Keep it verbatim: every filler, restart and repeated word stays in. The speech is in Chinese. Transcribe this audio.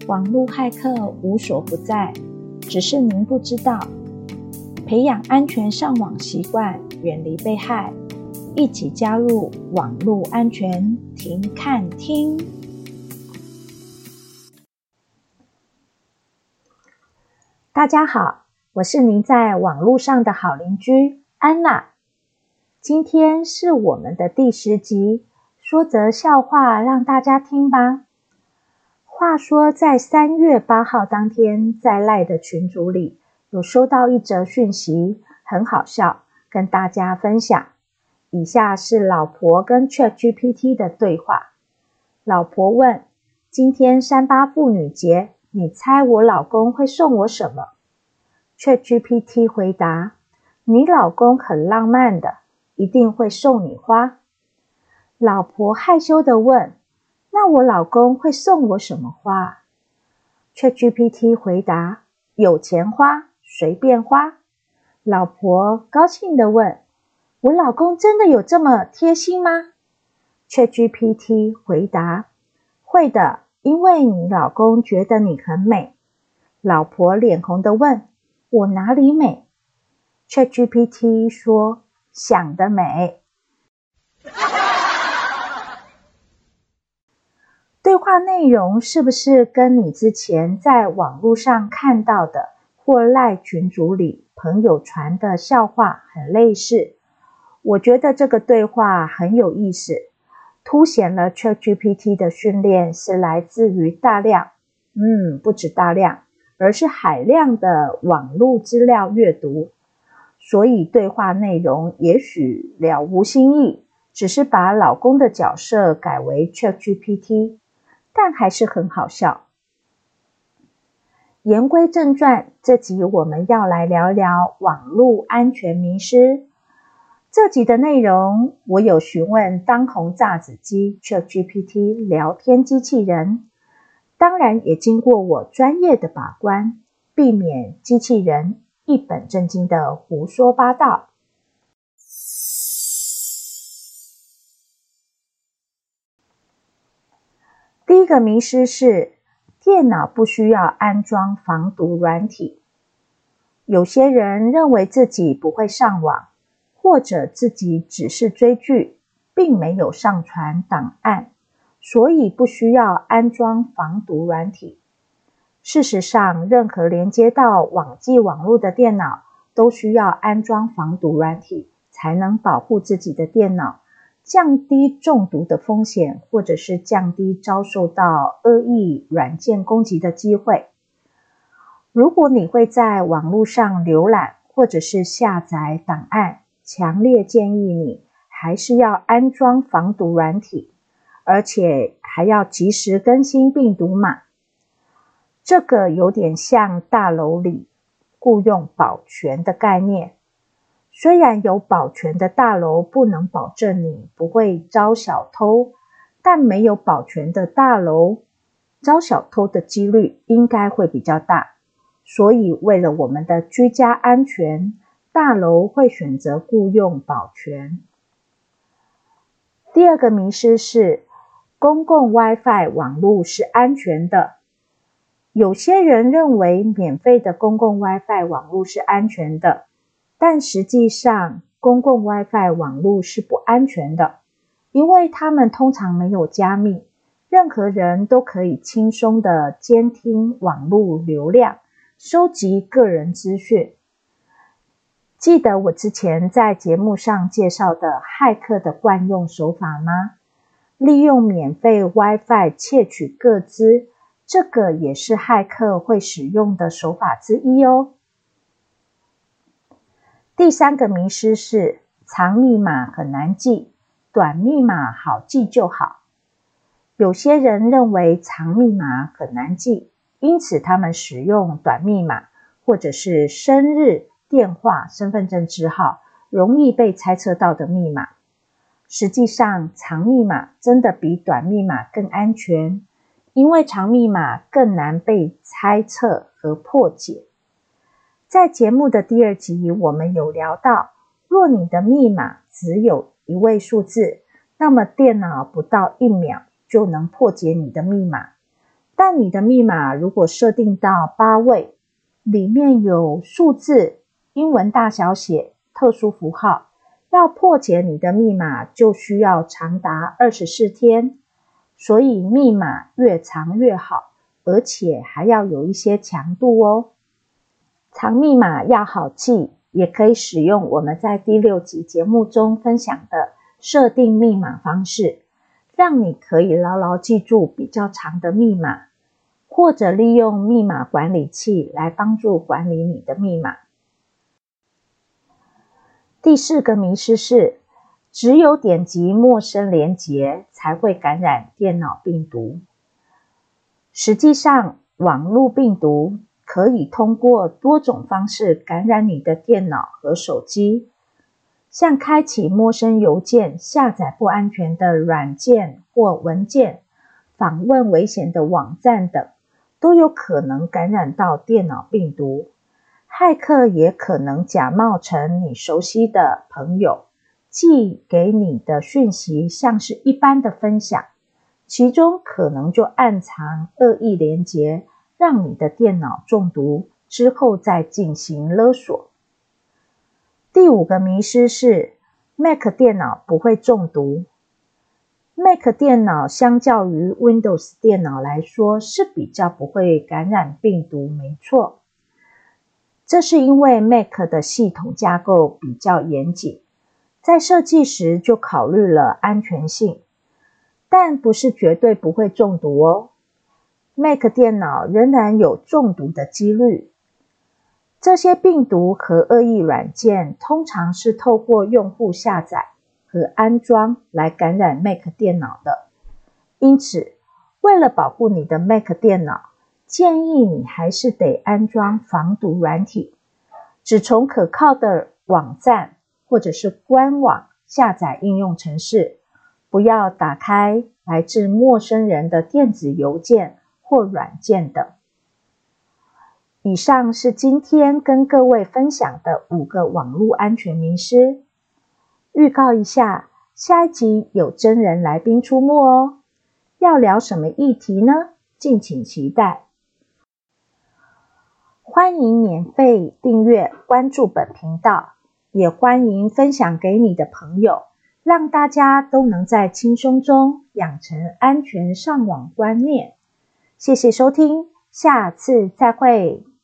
网络骇客无所不在，只是您不知道。培养安全上网习惯，远离被害，一起加入网络安全停看听。大家好，我是您在网络上的好邻居安娜。今天是我们的第十集，说则笑话让大家听吧。话说在三月八号当天，在 LINE 的群组里有收到一则讯息，很好笑，跟大家分享。以下是老婆跟 ChatGPT 的对话。老婆问：今天三八妇女节，你猜我老公会送我什么？ ChatGPT 回答：你老公很浪漫的，一定会送你花。老婆害羞地问：那我老公会送我什么花？ ChatGPT 回答：有钱花，随便花。老婆高兴地问：我老公真的有这么贴心吗？ ChatGPT 回答：会的，因为你老公觉得你很美。老婆脸红地问：我哪里美？ ChatGPT 说：想得美。对话内容是不是跟你之前在网络上看到的或 LINE 群组里朋友传的笑话很类似？我觉得这个对话很有意思，凸显了 ChatGPT 的训练是来自于大量，嗯，不止大量，而是海量的网络资料阅读。所以对话内容也许了无新意，只是把老公的角色改为 ChatGPT。但还是很好笑。言归正传，这集我们要来聊聊网络安全迷思。这集的内容，我有询问当红炸子鸡 ChatGPT 聊天机器人，当然也经过我专业的把关，避免机器人一本正经的胡说八道。第一个迷思是，电脑不需要安装防毒软体。有些人认为自己不会上网，或者自己只是追剧，并没有上传档案，所以不需要安装防毒软体。事实上，任何连接到网际网络的电脑，都需要安装防毒软体，才能保护自己的电脑，降低中毒的风险，或者是降低遭受到恶意软件攻击的机会。如果你会在网络上浏览或者是下载档案，强烈建议你还是要安装防毒软体，而且还要及时更新病毒码。这个有点像大楼里雇用保全的概念。虽然有保全的大楼不能保证你不会遭小偷，但没有保全的大楼，遭小偷的几率应该会比较大。所以为了我们的居家安全，大楼会选择雇用保全。第二个迷思是，公共 WiFi 网络是安全的。有些人认为免费的公共 WiFi 网络是安全的，但实际上，公共 WiFi 网络是不安全的，因为它们通常没有加密，任何人都可以轻松地监听网络流量，收集个人资讯。记得我之前在节目上介绍的骇客的惯用手法吗？利用免费 WiFi 窃取个资，这个也是骇客会使用的手法之一哦。第三个迷思是，长密码很难记，短密码好记就好。有些人认为长密码很难记，因此他们使用短密码，或者是生日、电话、身份证字号，容易被猜测到的密码。实际上，长密码真的比短密码更安全，因为长密码更难被猜测和破解。在节目的第二集，我们有聊到，若你的密码只有一位数字，那么电脑不到一秒就能破解你的密码。 但你的密码如果设定到八位，里面有数字、英文大小写、特殊符号，要破解你的密码就需要长达二十四天，所以密码越长越好，而且还要有一些强度哦。长密码要好记，也可以使用我们在第六集节目中分享的设定密码方式，让你可以牢牢记住比较长的密码，或者利用密码管理器来帮助管理你的密码。第四个迷思是，只有点击陌生连结才会感染电脑病毒。实际上，网络病毒可以通过多种方式感染你的电脑和手机，像开启陌生邮件、下载不安全的软件或文件、访问危险的网站等，都有可能感染到电脑病毒。骇客也可能假冒成你熟悉的朋友，寄给你的讯息像是一般的分享，其中可能就暗藏恶意连结，让你的电脑中毒，之后再进行勒索。第五个迷思是 Mac 电脑不会中毒。Mac 电脑相较于 Windows 电脑来说是比较不会感染病毒，没错。这是因为 Mac 的系统架构比较严谨，在设计时就考虑了安全性，但不是绝对不会中毒哦。Mac 电脑仍然有中毒的几率。这些病毒和恶意软件通常是透过用户下载和安装来感染 Mac 电脑的。因此，为了保护你的 Mac 电脑，建议你还是得安装防毒软体，只从可靠的网站或者是官网下载应用程式，不要打开来自陌生人的电子邮件或软件等。以上是今天跟各位分享的五个网络安全迷思。预告一下，下一集有真人来宾出没哦。要聊什么议题呢？敬请期待。欢迎免费订阅关注本频道，也欢迎分享给你的朋友，让大家都能在轻松中养成安全上网观念。谢谢收听，下次再会。